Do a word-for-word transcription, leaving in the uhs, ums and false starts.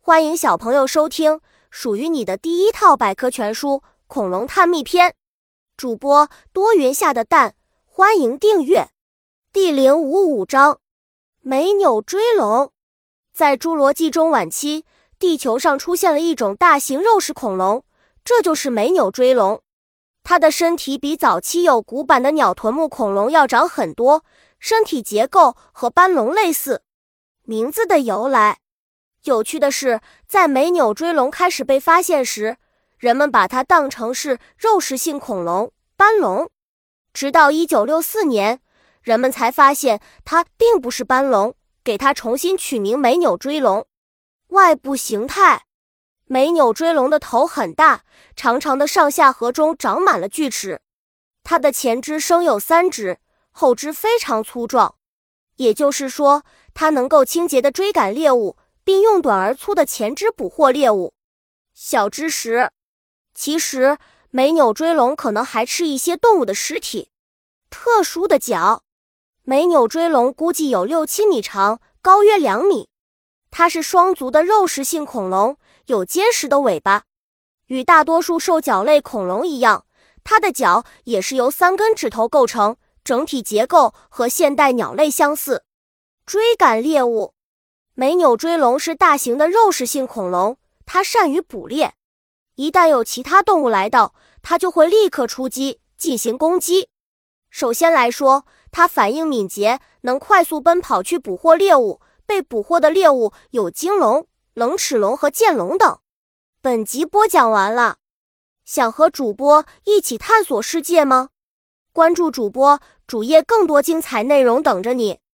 欢迎小朋友收听属于你的第一套百科全书《恐龙探秘篇》。主播多云下的蛋，欢迎订阅。第零五五章，美纽锥龙。在侏罗纪中晚期，地球上出现了一种大型肉食恐龙，这就是美纽锥龙。它的身体比早期有骨板的鸟臀目恐龙要长很多，身体结构和斑龙类似。名字的由来，有趣的是，在美纽锥龙开始被发现时，人们把它当成是肉食性恐龙斑龙。直到一九六四年，人们才发现它并不是斑龙，给它重新取名美纽锥龙。外部形态，美纽锥龙的头很大，长长的上下颌中长满了锯齿。它的前肢生有三指，后肢非常粗壮，也就是说，它能够清洁地追赶猎物，并用短而粗的前肢捕获猎物。小知识，其实美纽锥龙可能还吃一些动物的尸体。特殊的脚，美纽锥龙估计有六七米长，高约两米。它是双足的肉食性恐龙，有结实的尾巴。与大多数兽脚类恐龙一样，它的脚也是由三根指头构成，整体结构和现代鸟类相似。追赶猎物，美纽锥龙是大型的肉食性恐龙，它善于捕猎。一旦有其他动物来到，它就会立刻出击，进行攻击。首先来说，它反应敏捷，能快速奔跑去捕获猎物。被捕获的猎物有鲸龙、冷齿龙和剑龙等。本集播讲完了，想和主播一起探索世界吗？关注主播主页，更多精彩内容等着你。